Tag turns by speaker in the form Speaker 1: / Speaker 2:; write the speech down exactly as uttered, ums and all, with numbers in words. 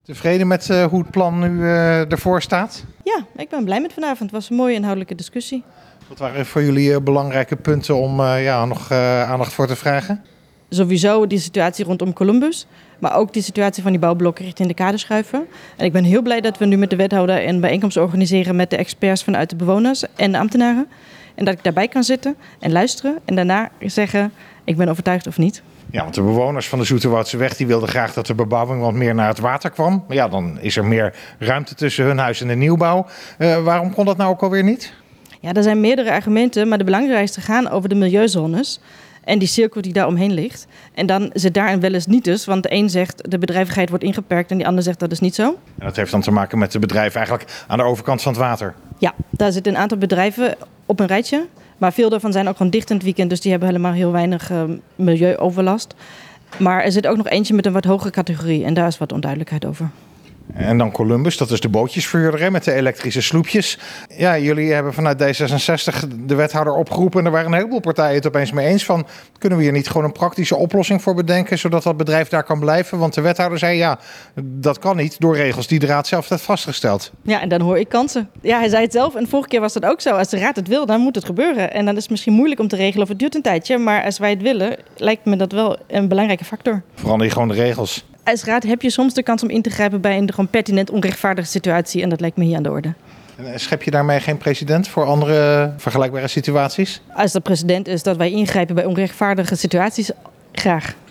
Speaker 1: Tevreden met uh, hoe het plan nu uh, ervoor staat?
Speaker 2: Ja, ik ben blij met vanavond. Het was een mooie inhoudelijke discussie.
Speaker 1: Wat waren voor jullie uh, belangrijke punten om uh, ja, nog uh, aandacht voor te vragen?
Speaker 2: Sowieso die situatie rondom Columbus, maar ook die situatie van die bouwblokken richting de Kaderschuiven. En ik ben heel blij dat we nu met de wethouder een bijeenkomst organiseren met de experts vanuit de bewoners en de ambtenaren. En dat ik daarbij kan zitten en luisteren en daarna zeggen, ik ben overtuigd of niet.
Speaker 1: Ja, want de bewoners van de Zoeterwoudseweg die wilden graag dat de bebouwing wat meer naar het water kwam. Maar ja, dan is er meer ruimte tussen hun huis en de nieuwbouw. Uh, waarom kon dat nou ook alweer niet?
Speaker 2: Ja, er zijn meerdere argumenten, maar de belangrijkste gaan over de milieuzones. En die cirkel die daar omheen ligt. En dan zit daar wel eens niet dus. Want de een zegt de bedrijvigheid wordt ingeperkt en die ander zegt dat is niet zo.
Speaker 1: En dat heeft dan te maken met de bedrijven eigenlijk aan de overkant van het water.
Speaker 2: Ja, daar zitten een aantal bedrijven op een rijtje. Maar veel daarvan zijn ook gewoon dicht in het weekend. Dus die hebben helemaal heel weinig uh, milieuoverlast. Maar er zit ook nog eentje met een wat hogere categorie. En daar is wat onduidelijkheid over.
Speaker 1: En dan Columbus, dat is de bootjesverhuurder met de elektrische sloepjes. Ja, jullie hebben vanuit D zesenzestig de wethouder opgeroepen. En er waren een heleboel partijen het opeens mee eens van, kunnen we hier niet gewoon een praktische oplossing voor bedenken, zodat dat bedrijf daar kan blijven? Want de wethouder zei, ja, dat kan niet door regels die de raad zelf heeft vastgesteld.
Speaker 2: Ja, en dan hoor ik kansen. Ja, hij zei het zelf en vorige keer was dat ook zo. Als de raad het wil, dan moet het gebeuren. En dan is het misschien moeilijk om te regelen of het duurt een tijdje. Maar als wij het willen, lijkt me dat wel een belangrijke factor.
Speaker 1: Verander je gewoon de regels.
Speaker 2: Als raad heb je soms de kans om in te grijpen bij een gewoon pertinent onrechtvaardige situatie. En dat lijkt me hier aan de orde.
Speaker 1: En schep je daarmee geen precedent voor andere vergelijkbare situaties?
Speaker 2: Als de precedent is dat wij ingrijpen bij onrechtvaardige situaties, graag.